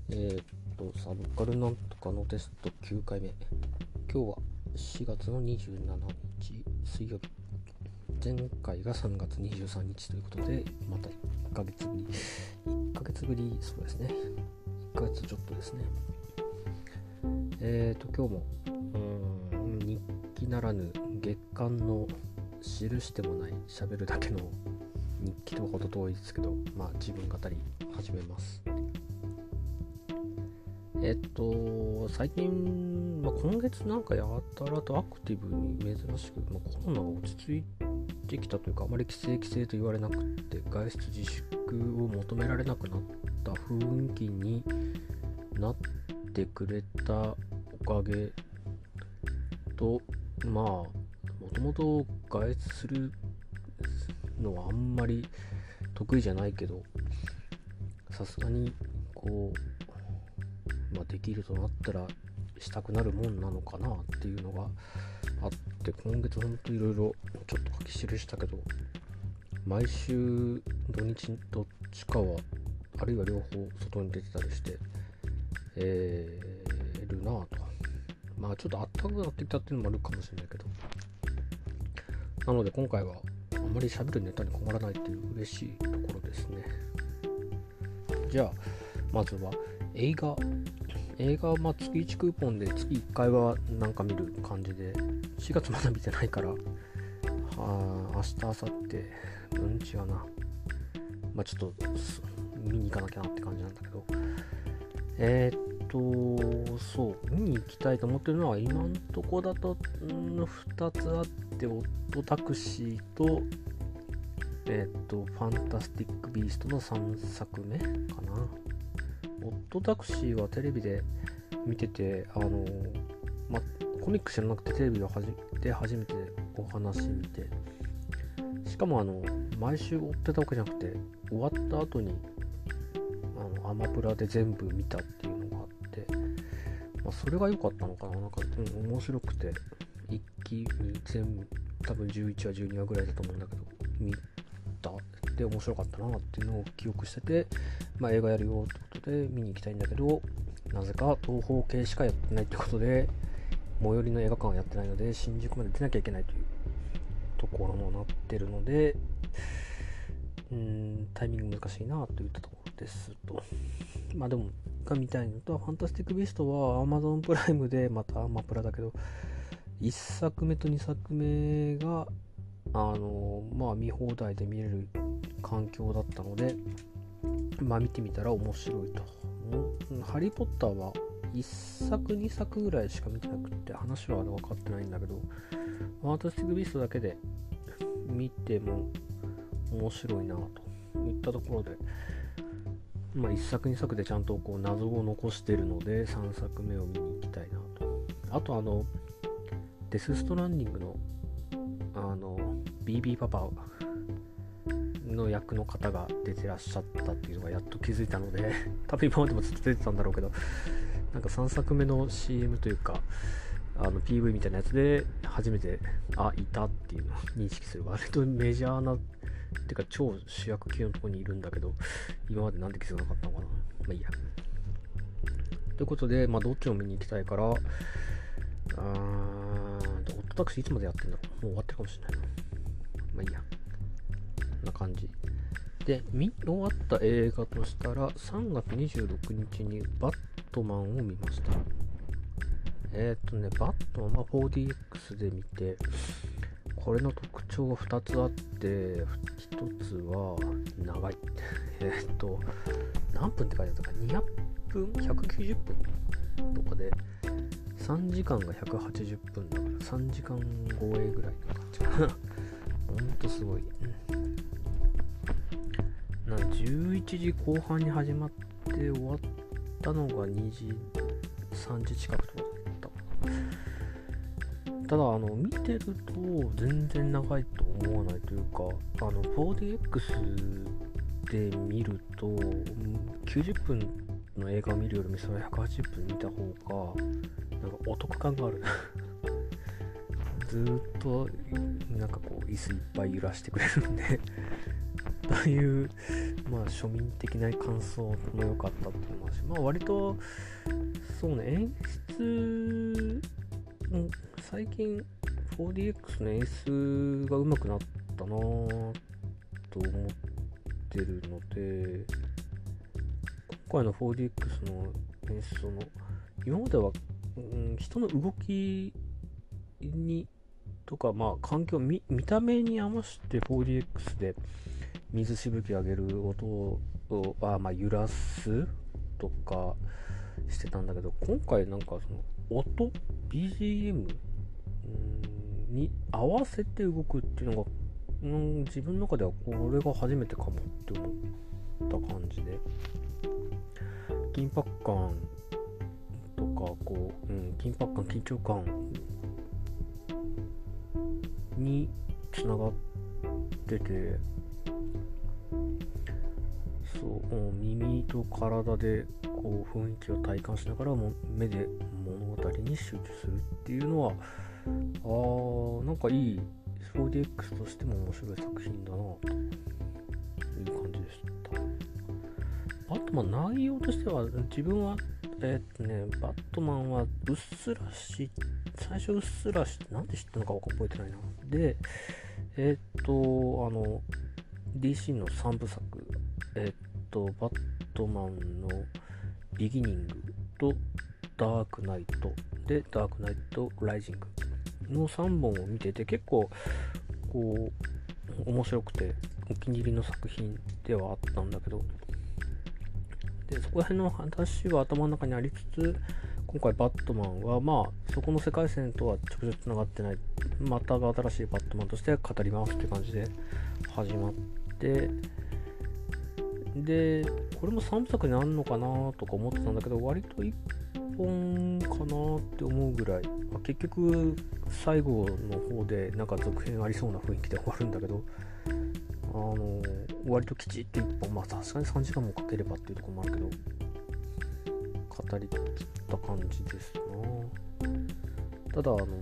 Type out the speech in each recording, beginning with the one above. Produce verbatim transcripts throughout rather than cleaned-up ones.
えーっと、サブカルなんとかのテストきゅうかいめ。今日はしがつのにじゅうしちにち水曜日。前回がさんがつにじゅうさんにちということで、またいっかげつぶり。いっかげつぶり、そうですね。いっかげつちょっとですね。えーっと、今日も、うーん、日記ならぬ月間の記してもない喋るだけの日記とはほど遠いですけど、まあ自分語り始めます。えっと、最近、まあ、今月なんかやたらとアクティブに珍しく、まあ、コロナが落ち着いてきたというか、あまり規制規制と言われなくて、外出自粛を求められなくなった雰囲気になってくれたおかげと、まあ、もともと外出するのはあんまり得意じゃないけど、さすがにこう、まあ、できるとなったらしたくなるもんなのかなっていうのがあって、今月ほんといろいろちょっと書き記したけど、毎週土日どっちかはあるいは両方外に出てたりして、えー、るなぁと。まあちょっとあったかくなってきたっていうのもあるかもしれないけど、なので今回はあまり喋るネタに困らないっていう嬉しいところですね。じゃあまずは映画映画はまあ月いちクーポンで月いっかいはなんか見る感じで、しがつまだ見てないから、は明日明後日うんちはな、まあちょっと見に行かなきゃなって感じなんだけど、えー、っとそう見に行きたいと思ってるのは今んとこだとんふたつあって、オットタクシーとえー、っとファンタスティックビーストのさんさくめかな。オットタクシーはテレビで見てて、あのま、コミック知らなくてテレビで初めてお話見て、しかもあの毎週追ってたわけじゃなくて、終わった後にあのアマプラで全部見たっていうのがあって、まあ、それが良かったのかな。なんか、うん、面白くて一気に全部多分じゅういちわじゅうにわぐらいだと思うんだけど見たで面白かったなっていうのを記憶してて、まあ、映画やるよってことで見に行きたいんだけど、なぜか東宝系しかやってないってことで、最寄りの映画館はやってないので新宿まで出なきゃいけないというところになってるので、うーんタイミング難しいなといったところですと。まあでもが見たいのと、ファンタスティックビーストは Amazon プライムでまたアマプラだけど、いっさくめとにさくめがあのまあ見放題で見れる環境だったので、まあ見てみたら面白いと。ハリーポッターはいっさくにさくぐらいしか見てなくて話は分かってないんだけど、ファンタスティックビーストだけで見ても面白いなといったところで、まあいっさくにさくでちゃんとこう謎を残してるのでさんさくめを見に行きたいなと。あとあのデスストランディングのあの ビービー パパの役の方が出てらっしゃったっていうのがやっと気づいたので多分今までもずっと出てたんだろうけど、なんかさんさくめの シーエム というかあの ピーブイ みたいなやつで初めてあいたっていうのを認識する。割とメジャーなってか超主役級のところにいるんだけど、今までなんで気づかなかったのかな。まあいいやということで、まあどっちも見に行きたいから、あーオットタクシーいつまでやってんだろう。もう終わってるかもしれないな。まあいいや、こんな感じで、見終わった映画としたらさんがつにじゅうろくにちにバットマンを見ました。えっとねバットマンは フォーディーエックス で見て、これの特徴がふたつあって、ひとつは長いえっと何分って書いてあったか、にひゃくふんひゃくきゅうじゅっぷんとかでさんじかんがひゃくはちじゅっぷんだからさんじかん超えぐらいの感じかなほんとすごい、なじゅういちじこうはんに始まって終わったのがにじさんじ近くとかだった。ただあの見てると全然長いと思わないというか、あの フォーディーエックス で見るときゅうじゅっぷんの映画を見るよりもそれひゃくはちじゅっぷん見た方がなんかお得感があるずーっとなんかこう椅子いっぱい揺らしてくれるんでという、まあ、庶民的な感想も良かったっていうのもあるし、まあ、割とそうね、演出、うん、最近 フォーディーエックス の演出が上手くなったなぁと思ってるので、今回の フォーディーエックス の演出の今までは、うん、人の動きにとか、まあ環境 見, 見た目に合わせて フォーディーエックス で水しぶき上げる音をあ、まあ、揺らすとかしてたんだけど、今回なんかその音 ビージーエム に合わせて動くっていうのが、うん、自分の中ではこれが初めてかもって思った感じで、緊迫感とかこう、うん、緊迫感緊張感につながってて、そう、うん、耳と体でこう雰囲気を体感しながらも目で物語に集中するっていうのは、あーなんかいい フォーディーエックス としても面白い作品だなという感じでした。あとまあ内容としては自分はえー、っとねバットマンはうっすらし最初うっすらしなんで知ったのか覚えてないな。でえー、っとあの ディーシー のさんぶさく、えー、っとバットマンのビギニングとダークナイトでダークナイトライジングのさんぼんを見てて、結構こう面白くてお気に入りの作品ではあったんだけど、でそこら辺の話は頭の中にありつつ、今回バットマンはまあそこの世界線とは直接つながってない、また新しいバットマンとして語りますって感じで始まって、でこれもさんぶさくになるのかなとか思ってたんだけど、割といっぽんかなって思うぐらい、まあ、結局最後の方でなんか続編ありそうな雰囲気で終わるんだけど、あの割ときちっといっぽん、まあさすがにさんじかんもかければっていうところもあるけど語りきった感じですな。ただあの、うん、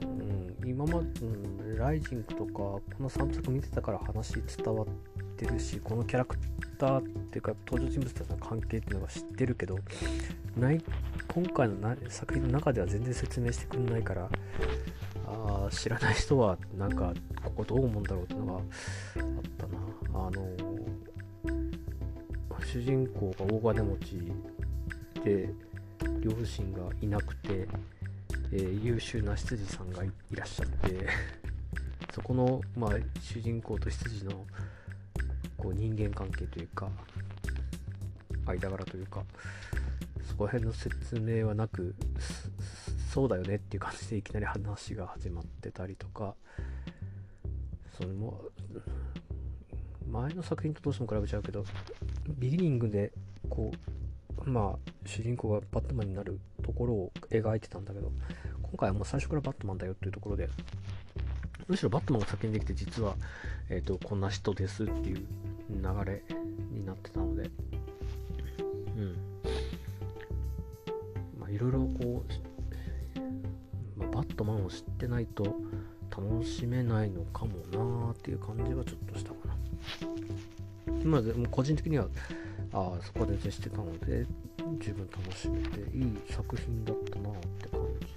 今まで、うん、ライジングとかこのさんぶさく見てたから話伝わってるし、このキャラクターっていうか登場人物たちの関係っていうのは知ってるけど、ない今回のな作品の中では全然説明してくんないから、あ知らない人はなんかここどう思うんだろうっていうのがあったな。あの主人公が大金持ちで両親がいなくて、えー、優秀な執事さんが い, いらっしゃってそこの、まあ、主人公と執事のこう人間関係というか間柄というか、そこら辺の説明はなく、そうだよねっていう感じでいきなり話が始まってたりとか、それも前の作品とどうしても比べちゃうけど、ビギニングでこうまあ主人公がバットマンになるところを描いてたんだけど、今回はもう最初からバットマンだよっていうところで、むしろバットマンが先にできて、実は、えーと、こんな人ですっていう流れになってたので、うんまあいろいろこう、まあ、バットマンを知ってないと楽しめないのかもなーっていう感じはちょっとしたかな。今でも個人的にはあそこで全然してたので十分楽しめていい作品だったなって感じ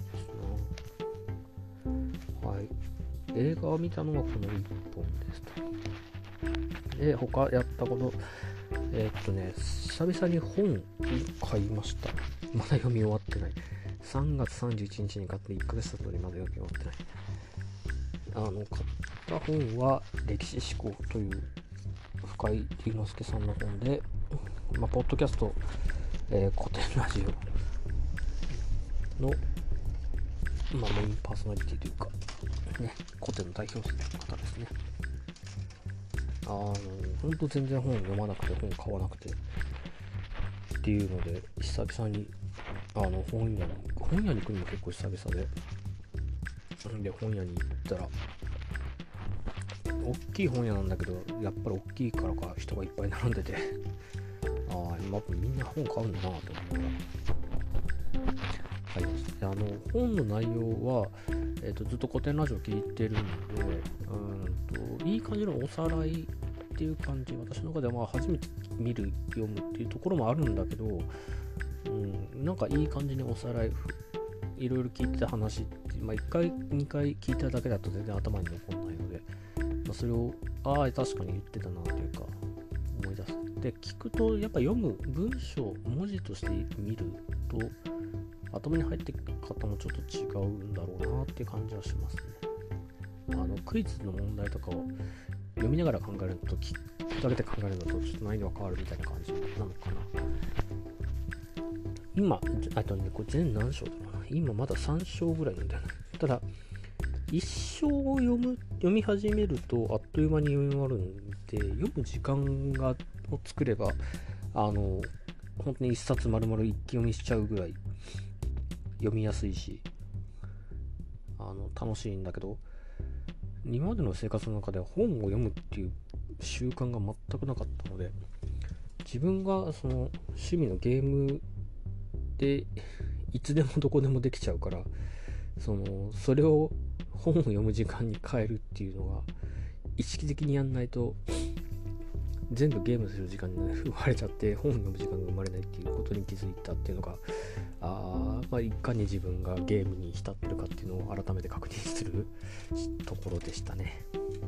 ですな。はい、映画を見たのはこのいっぽんですと。で他やったこと、えー、っとね久々に本を買いました。まだ読み終わってない。さんがつさんじゅういちにちに買っていっかげつ経つのにまだ読み終わってない。あの買った本は歴史思考という深井龍之介さんの本で、まあ、ポッドキャスト、えー、古典ラジオの、まあ、メインパーソナリティというか、ね、古典の代表する方ですね。あのほんと全然本読まなくて本買わなくてっていうので、久々にあの本屋に本屋に行くのも結構久々で、で本屋に行ったら大きい本屋なんだけど、やっぱり大きいからか人がいっぱい並んでて、ああ、まあ、みんな本買うんだなと思いながら、はい、あの本の内容は、えーと、ずっと古典ラジオ聞いてるんで、うんといい感じのおさらいっていう感じ、私の中ではまあ初めて見る読むっていうところもあるんだけど、うん、なんかいい感じにおさらいいろいろ聞いてた話って、まあ、いっかいにかい聞いただけだと全然頭に残らないので、まあ、それをああ確かに言ってたなというか思い出す。で聞くとやっぱ読む文章文字として見ると頭に入ってく方もちょっと違うんだろうなっていう感じはしますね。あのクイズの問題とかを読みながら考えるのと聞くだけで考えるのとちょっと難易度が変わるみたいな感じなのかな。今あとねこれ全何章だろうな、今まださん章ぐらいなんだよね。ただいっ章を読む読み始めるとあっという間に読み終わるんで、読む時間がを作ればあの本当に一冊丸々一気読みしちゃうぐらい読みやすいしあの楽しいんだけど、今までの生活の中で本を読むっていう習慣が全くなかったので、自分がその趣味のゲームでいつでもどこでもできちゃうから、そのそれを本を読む時間に変えるっていうのが意識的にやんないと全部ゲームする時間に生まれちゃって本を読む時間が生まれないっていうことに気づいたっていうのが、あ、まあ、いかに自分がゲームに浸ってるかっていうのを改めて確認するところでしたね。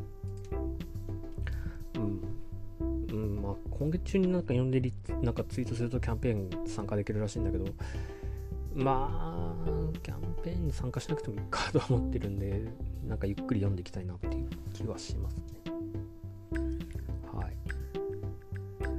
うん、うん、まあ今月中になんか読んでりなんかツイートするとキャンペーン参加できるらしいんだけど、まあキャンペーンに参加しなくてもいいかと思ってるんで、なんかゆっくり読んでいきたいなっていう気はしますね。はい。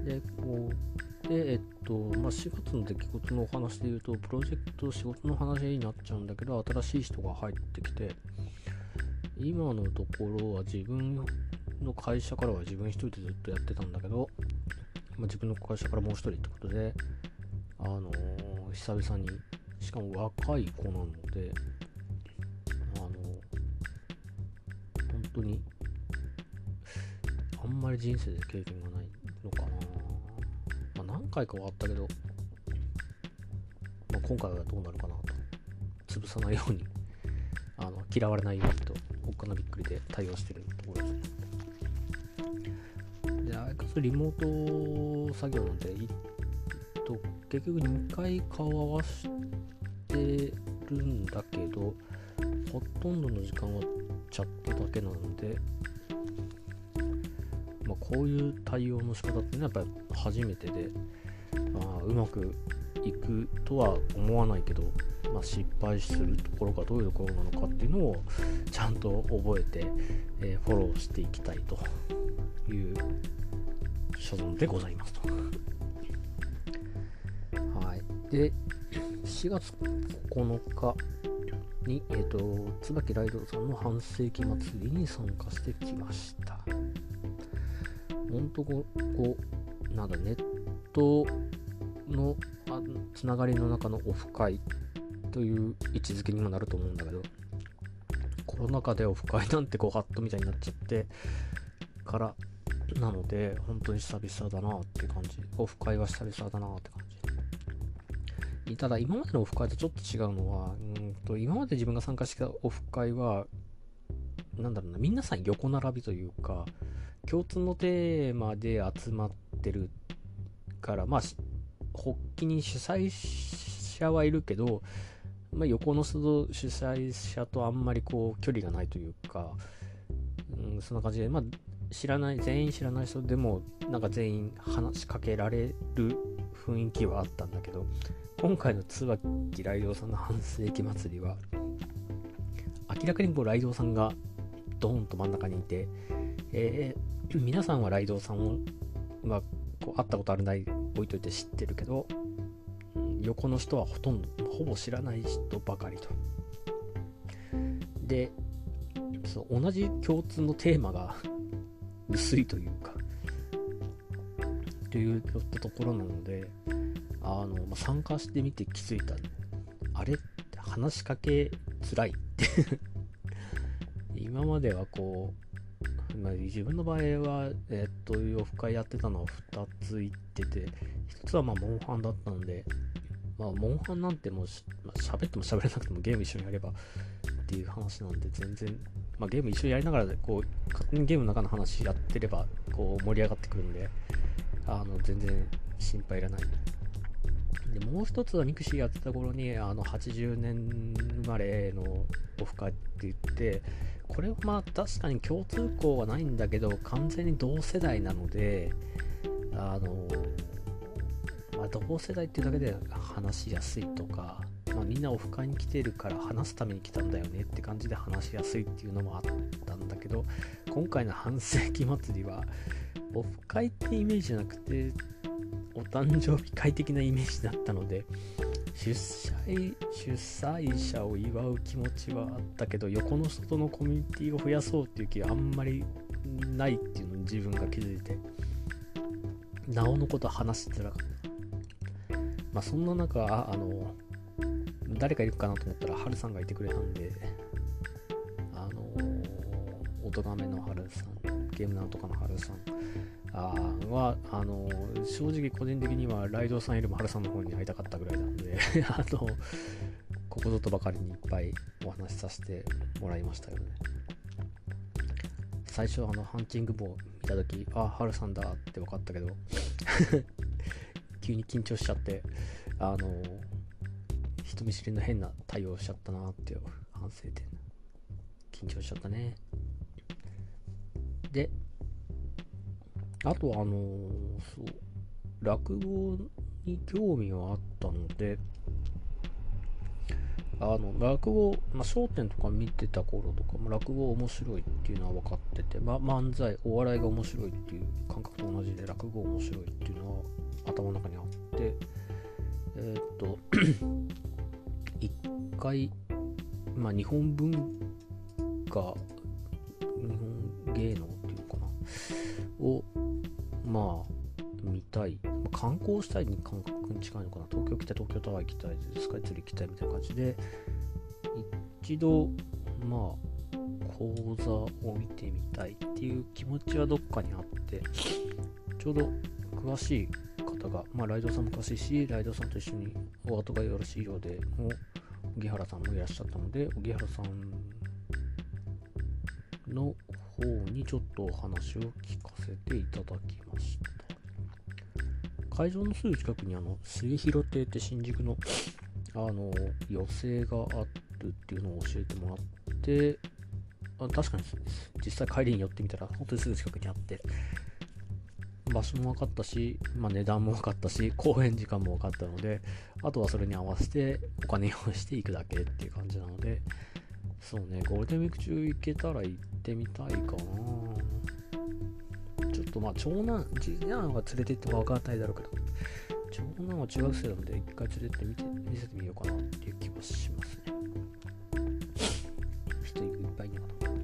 でこうでえっとまあしがつの出来事のお話で言うと、プロジェクト仕事の話になっちゃうんだけど、新しい人が入ってきて、今のところは自分の会社からは自分一人でずっとやってたんだけど、まあ、自分の会社からもう一人ってことで、あのー、久々に、しかも若い子なので、あのー、本当にあんまり人生で経験がないのかな。まあ、何回かはあったけど、まあ、今回はどうなるかなと、潰さないように、あの嫌われないようにと、おっかなびっくりで対応してるところですね。で、相変わらずリモート作業なんで、いと結局にかい顔を合わせてるんだけど、ほとんどの時間はチャットだけなので、まあ、こういう対応の仕方っていうのはやっぱり初めてで、まあ、うまくいくとは思わないけど、まあ、失敗するところがどういうところなのかっていうのをちゃんと覚えて、えー、フォローしていきたいという所存でございますと。はい。で、しがつここのかに、えーと、椿ライドさんの半世紀祭りに参加してきました。ほんとこう、なんだ、ネットのあつながりの中のオフ会という位置づけにもなると思うんだけど、コロナ禍でオフ会なんてご法度みたいになっちゃってからなので、本当に久々だなって感じ。オフ会は久々だなって感じ。ただ今までのオフ会とちょっと違うのは、うんと今まで自分が参加したオフ会はなんだろうな、皆さん横並びというか共通のテーマで集まってるから、まあ発起人主催者はいるけど、まあ、横の人と主催者とあんまりこう距離がないというか、うん、そんな感じで、まあ知らない全員知らない人でもなんか全員話しかけられる雰囲気はあったんだけど、今回の椿ライドウさんの半世紀祭りは明らかにこうライドウさんがドーンと真ん中にいて、えー、皆さんはライドウさんを、まあ、こう会ったことあるない置いといて知ってるけど、横の人はほとんどほぼ知らない人ばかりと。で、そう同じ共通のテーマが薄いというかというところなので、あの、まあ、参加してみて気づいた、あれって話しかけづらいって今まではこう、まあ、自分の場合はえー、っとオフ会やってたのはふたつ行ってて、ひとつはまあモンハンだったので、まあモンハンなんてもうし、まあ、喋っても喋れなくてもゲーム一緒にやればっていう話なんで全然まあ、ゲーム一緒にやりながらこう勝手にゲームの中の話やってればこう盛り上がってくるんで、あの全然心配いらない。でもう一つはミクシーやってた頃にあのはちじゅうねん生まれのオフ会って言って、これはまあ確かに共通項はないんだけど完全に同世代なので、あのまあ、同世代っていうだけで話しやすいとか、まあ、みんなオフ会に来てるから話すために来たんだよねって感じで話しやすいっていうのもあったんだけど、今回の半世紀祭りはオフ会ってイメージじゃなくてお誕生日会的なイメージだったので、主催、主催者を祝う気持ちはあったけど、横の人とのコミュニティを増やそうっていう気があんまりないっていうのに自分が気づいて、なおのことは話しづらかった。まあそんな中、あ、あの誰かいるかなと思ったらハルさんがいてくれたんで、あのおとがめのハルさん、ゲームなんとかのハルさんあはあの正直個人的にはライドウさんよりもハルさんの方に会いたかったぐらいなんであのここぞとばかりにいっぱいお話しさせてもらいましたよね。最初あのハンチング棒見たとき、あ、ハルさんだって分かったけど急に緊張しちゃって、あの人見知りの変な対応しちゃったなっていう反省点、緊張しちゃったね。で、あとはあのそう落語に興味があったので、あの落語、まあ、笑点とか見てた頃とかも落語面白いっていうのは分かってて、ま、漫才、お笑いが面白いっていう感覚と同じで落語面白いっていうのは頭の中にあって、えー、っと一回、まあ、日本文化、日本芸能っていうのかなをまあ見たい、まあ、観光したいに感覚に近いのかな。東京来たい、東京タワー行きたい、スカイツリー行きたいみたいな感じで、一度まあ講座を見てみたいっていう気持ちはどっかにあって、ちょうど詳しい方が、まあライドさんも詳しいし、ライドさんと一緒にお後がよろしいようで、もう荻原さんもいらっしゃったので、荻原さんの方にちょっとお話を聞かせていただきました。会場のすぐ近くにあの末広亭って新宿のあの寄席があるっていうのを教えてもらって、あ、確かに実際帰りに寄ってみたら本当にすぐ近くにあって、場所も分かったし、まあ、値段も分かったし、公演時間も分かったので、あとはそれに合わせてお金用意していくだけっていう感じなので、そうね、ゴールデンウィーク中行けたら行ってみたいかな。ちょっとまあ長男、次男が連れて行っても分からないだろうけど、長男は中学生なので一回連れてみて見せてみようかなっていう気はしますね。人いっぱいいるのかな。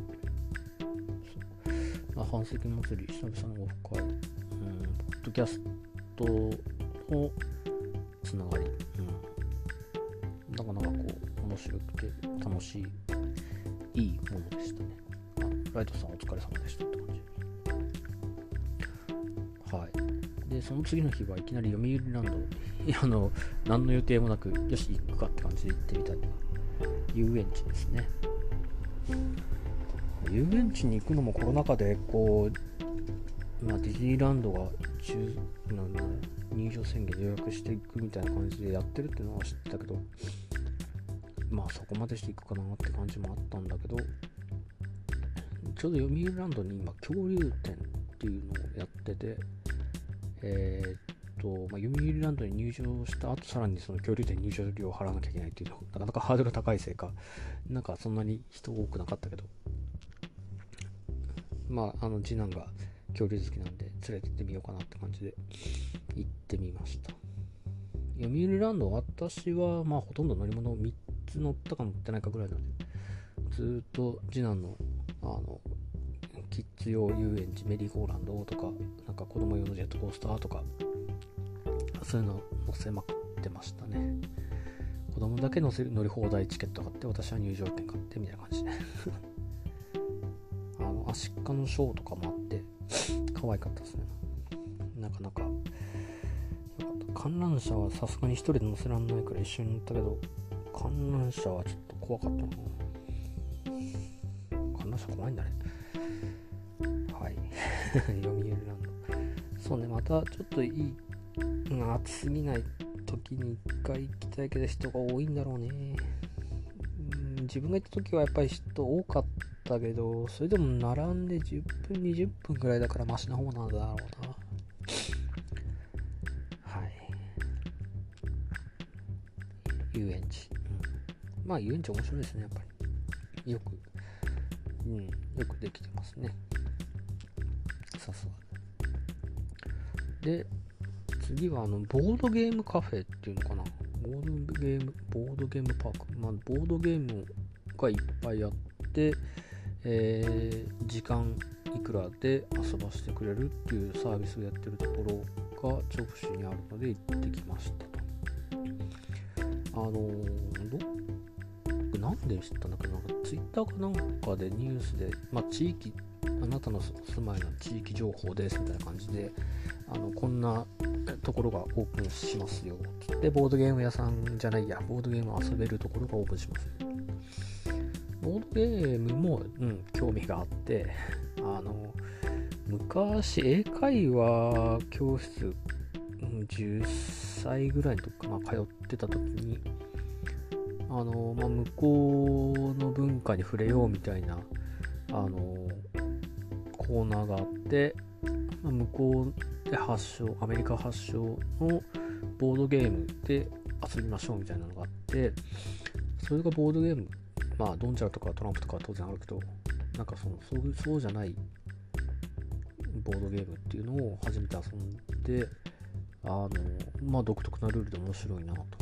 そう、半世紀祭り久々のオフ会、うん、ポッドキャストのつながり、うん、なかなかこう面白くて楽しいいいものでしたね。あ、ライトさんお疲れ様でしたって感じ。はい。で、その次の日はいきなり読売ランド、あの、何の予定もなく、よし、行くかって感じで行ってみたいな遊園地ですね。遊園地に行くのもコロナ禍で、こう、まあ、ディズニーランドが中なんだ入場宣言で予約していくみたいな感じでやってるっていうのは知ってたけど、まあそこまでしていくかなって感じもあったんだけど、ちょうど読売ランドに今恐竜展っていうのをやってて、えー、っと、まあ、読売ランドに入場した後さらにその恐竜展入場料を払わなきゃいけないっていうの、なかなかハードル高いせいか、なんかそんなに人多くなかったけど、まああの次男が恐竜好きなんで連れてってみようかなって感じで行ってみました。読売ランド、私はまあほとんど乗り物をみっつ乗ったか乗ってないかぐらいなので、ずーっと次男のあのキッズ用遊園地メリーゴーランドとか、なんか子供用のジェットコースターとか、そういうの乗せまくってましたね。子供だけ乗せる乗り放題チケット買って、私は入場券買ってみたいな感じであのアシカのショーとかもあって可愛かったですね。なかなか観覧車はさすがに一人で乗せらんないから一緒に乗ったけど、観覧車はちょっと怖かったな。 した。怖いんだね。はい。読売ランド。そうね、またちょっといい、暑すぎない時に一回行きたいけど人が多いんだろうね。うん、自分が行った時はやっぱり人多かったけど、それでも並んでじゅっぷんにじゅっぷんぐらいだからマシな方なんだろうな。はい。遊園地、うん、まあ遊園地面白いですね、やっぱりよく、うん、よくできてますね、さすがで。次はあのボードゲームカフェっていうのかな、ボードゲームボードゲームパーク、まあ、ボードゲームがいっぱいあって、えー、時間いくらで遊ばせてくれるっていうサービスをやってるところが調布市にあるので行ってきましたと。あのー、どなんで知ったんだけど、なんかツイッターかなんかでニュースで、まあ、地域、あなたの住まいの地域情報ですみたいな感じで、あのこんなところがオープンしますよで、ボードゲーム屋さんじゃないや、ボードゲーム遊べるところがオープンしますよ。ボードゲームも、うん、興味があって、あの昔英会話教室、うん、じゅっさいぐらいの時かな、通ってた時に、あの、まあ、向こうの文化に触れようみたいなあのコーナーがあって、まあ、向こうで発祥、アメリカ発祥のボードゲームで遊びましょうみたいなのがあって、それがボードゲーム、まあドンジャラとかトランプとかは当然あるけど、なんかそのそうそうじゃないボードゲームっていうのを初めて遊んで、あのまあ独特なルールで面白いなと。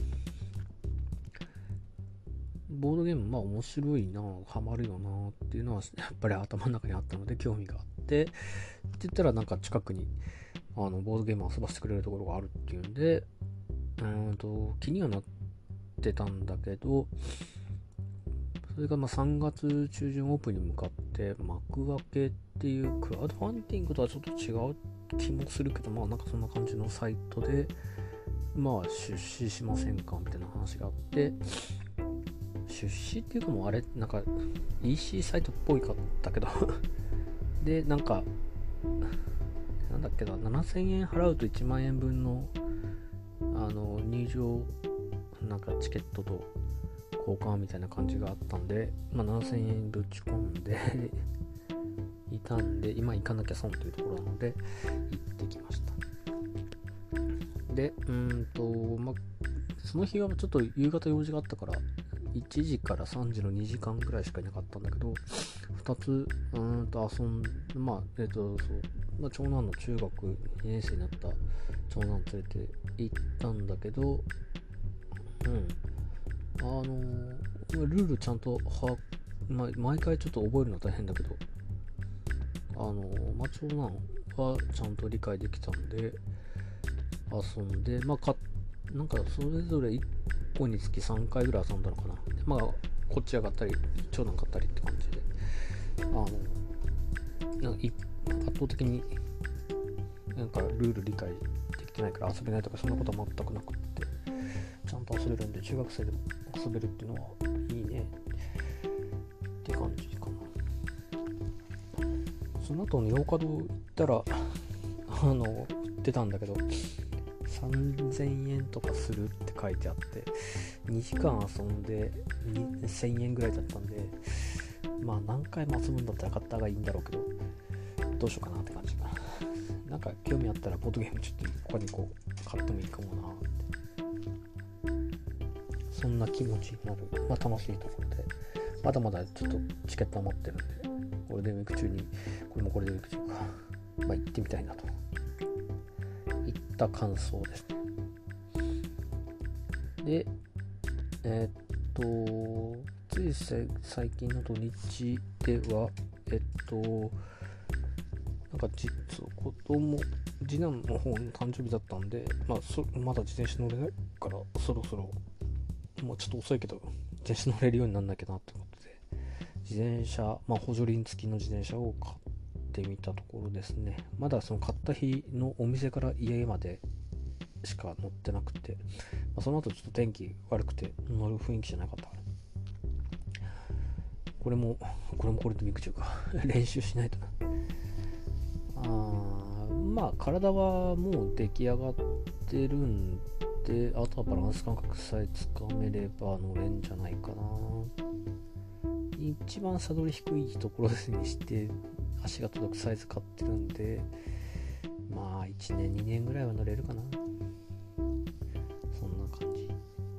ボードゲームまあ面白いな、ハマるよなっていうのはやっぱり頭の中にあったので興味があって、って言ったらなんか近くにあのボードゲームを遊ばせてくれるところがあるっていうんで、うんと気にはなってたんだけど、それがまあさんがつ中旬オープンに向かって幕開けっていうクラウドファンディングとはちょっと違う気もするけど、まあなんかそんな感じのサイトでまあ出資しませんかみたいな話があって、出資っていうかもうあれなんか イーシー サイトっぽいかったけどでなんかなんだっけな、ななせんえん払うといちまんえんぶんのあの入場なんかチケットと交換みたいな感じがあったんで、まあ、ななせんえんぶち込んでいたんで、今行かなきゃ損というところなので行ってきました。で、うーんとまあその日はちょっと夕方用事があったからいちじからさんじのにじかんぐらいしかいなかったんだけど、ふたつうーんと遊んで、まあえっ、ー、とそう、まあ、長男の中学にねん生になった長男連れて行ったんだけど、うんあのー、ルールちゃんとは、まあ、毎回ちょっと覚えるのは大変だけど、あのー、まあ、長男はちゃんと理解できたんで遊んで、まあかなんかそれぞれいっこにつきさんかいぐらい遊んだのかな。まあこっち上がったり長男買ったりって感じで、あのなんか圧倒的になんかルール理解できてないから遊べないとかそんなことは全くなくって、ちゃんと遊べるんで中学生でも遊べるっていうのはいいねって感じかな。その後の洋華堂行ったらあの売ってたんだけどさんぜんえんとかするって書いてあって、にじかん遊んでせんえんぐらいだったんで、まあ何回も遊ぶんだったら買った方がいいんだろうけど、どうしようかなって感じかな。なんか興味あったらボードゲームちょっと他にこう買ってもいいかもなって、そんな気持ちになる、まあ楽しいところで、まだまだちょっとチケット余ってるんで、ゴールデンウィーク中にこれもゴールデンウィーク中か、まあ行ってみたいなといった感想ですね。で、えー、っとつい最近の土日ではえっとなんか実子供次男の方の誕生日だったんで、まあ、そまだ自転車乗れないからそろそろもうちょっと遅いけど自転車乗れるようにならなきゃなってことで、自転車、まあ補助輪付きの自転車を買ってみたところですね。まだその買った日のお店から家までしか乗ってなくて、まあ、その後ちょっと天気悪くて乗る雰囲気じゃなかったから、ここれもこれもこれとミクチューか練習しないとな。あまあ体はもう出来上がってるんで、あとはバランス感覚さえつかめれば乗れんじゃないかな。一番サドル低いところにして足が届くサイズ買ってるんで、まあいちねんにねんぐらいは乗れるかな、そんな感じ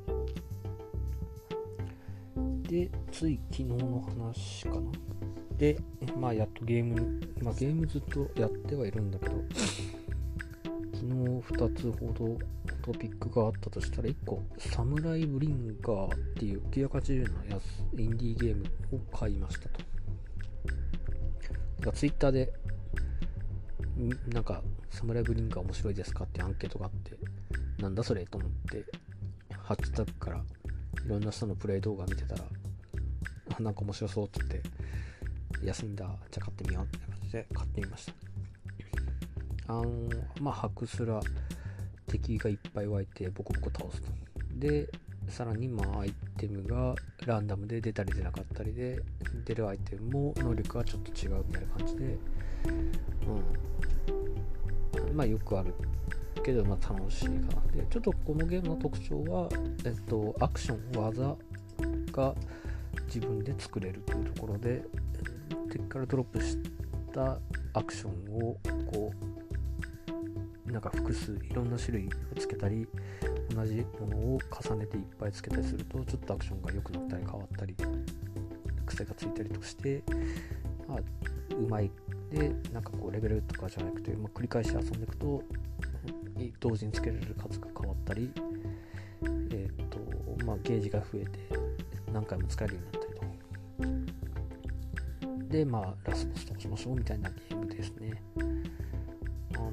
で、つい昨日の話かな。でまあやっとゲーム、まあゲームずっとやってはいるんだけど、昨日ふたつほどトピックがあったとしたら、いっこサムライブリンガーっていうきゅうひゃくはちじゅうえんのやつインディーゲームを買いましたと。なんかツイッターでなんかサムライブリンガー面白いですかってアンケートがあって、なんだそれと思ってハッシュタグからいろんな人のプレイ動画見てたら、あなんか面白そうって言って、安いんだじゃあ買ってみようって感じで買ってみました。あのまあハクスラ敵がいっぱい湧いてボコボコ倒すと。でさらにまあアイテムがランダムで出たり出なかったりで、出るアイテムも能力がちょっと違うみたいな感じで、うんまあよくあるけどまあ楽しいかな。でちょっとこのゲームの特徴は、えっとアクション技が自分で作れるというところで、敵からドロップしたアクションをこうなんか複数いろんな種類をつけたり、同じものを重ねていっぱいつけたりするとちょっとアクションが良くなったり変わったり癖がついたりとかして、まあ、うまいでなんかこうレベルとかじゃなくて、まあ、繰り返し遊んでいくと同時につけられる数が変わったり、えーとまあ、ゲージが増えて何回も使えるようになったりとで、まあラスボスとしましょうみたいなゲームですね。あの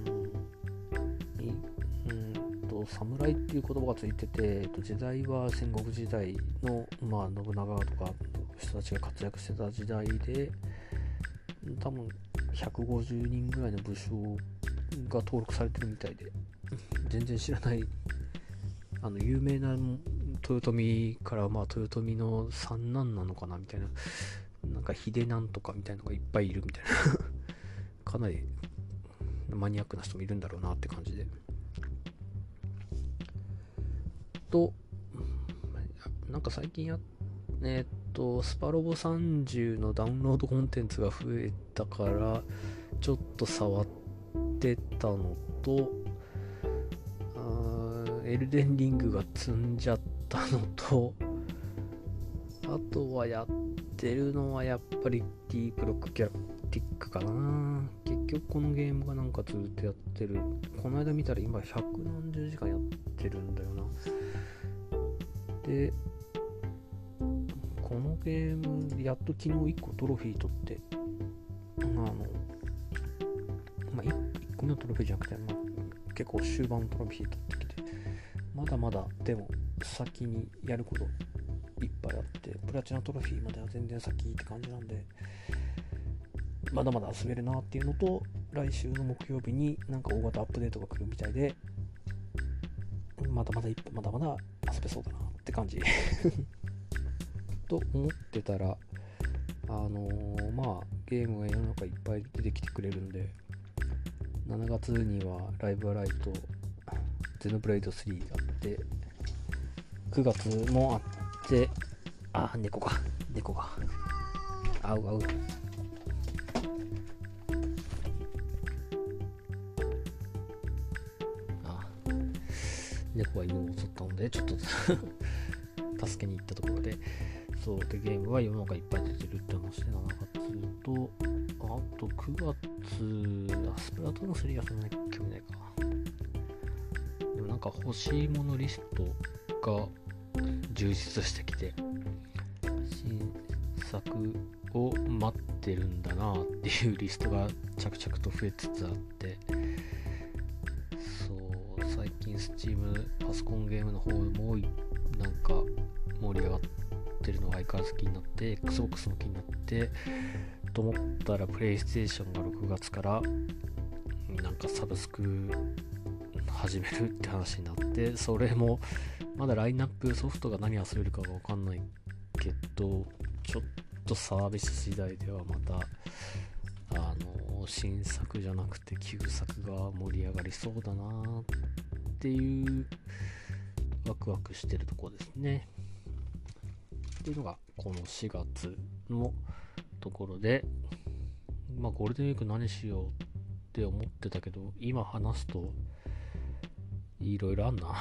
侍っていう言葉がついてて、時代は戦国時代の、まあ、信長とか人たちが活躍してた時代で、多分ひゃくごじゅうにんぐらいの武将が登録されてるみたいで、全然知らないあの有名な豊臣から、まあ豊臣の三男なのかなみたいな、なんか秀なんとかみたいなのがいっぱいいるみたいなかなりマニアックな人もいるんだろうなって感じで。となんか最近やえー、っとスパロボさんじゅうのダウンロードコンテンツが増えたからちょっと触ってたのと、あエルデンリングが積んじゃったのと、あとはやってるのはやっぱりディープロックギャラクティックかな。結局このゲームがなんかずっとやってる。この間見たら今ひゃくなんじゅうじかんやってるんだよな。でこのゲームやっと昨日いっこトロフィー取って、あのまあ 1, いっこめのトロフィーじゃなくて、まあ、結構終盤のトロフィー取ってきて、まだまだでも先にやることいっぱいあって、プラチナトロフィーまでは全然先って感じなんで、まだまだ遊べるなっていうのと、来週の木曜日になんか大型アップデートが来るみたいで、まだまだ一歩まだまだ遊べそうだなって感じと思ってたら、あのー、まあゲームが世の中いっぱい出てきてくれるんで、しちがつにはライブアライトゼノブレイドスリーがあって、くがつもあって、あー猫か猫があうあう猫が犬を襲ったのでちょっと助けに行ったところで、そうでゲームは世の中いっぱい出てるって話で、しちがつとあとくがつアスプラトゥーンスリーはそんなに興味ないか。でもなんか欲しいものリストが充実してきて、新作を待ってるんだなっていうリストが着々と増えつつあって、最近 Steam パソコンゲームの方もなんか盛り上がってるのが相変わらず気になって、 Xbox も気になってと思ったら PlayStation がろくがつからなんかサブスク始めるって話になって、それもまだラインナップソフトが何遊べるかが分かんないけど、ちょっとサービス次第ではまたあの新作じゃなくて旧作が盛り上がりそうだなっていうワクワクしてるところですね。っていうのがこのしがつのところで、まあゴールデンウィーク何しようって思ってたけど、今話すといろいろあんな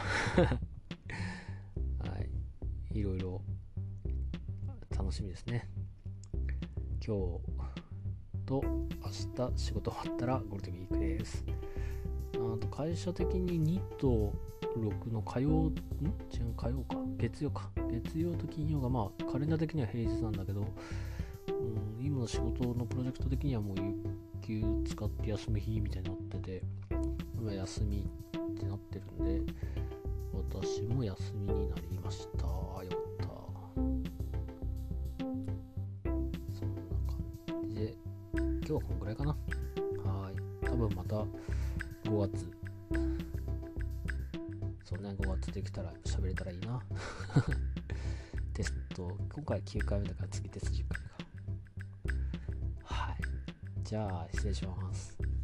はいいろいろ楽しみですね。今日と明日仕事終わったらゴールデンウィークです。あと会社的ににとろくの火曜ん違う火曜か月曜か月曜と金曜がまあカレンダー的には平日なんだけど、うん、今の仕事のプロジェクト的にはもう有給使って休む日みたいになってて、今休みってなってるんで、私も休みになりました。よかった。そんな感じで今日はこんぐらいかな。はい、多分またごがつ、そうね、ごがつできたら喋れたらいいなテスト今回きゅうかいめだから次テストじゅっかいめか。はい、じゃあ失礼します。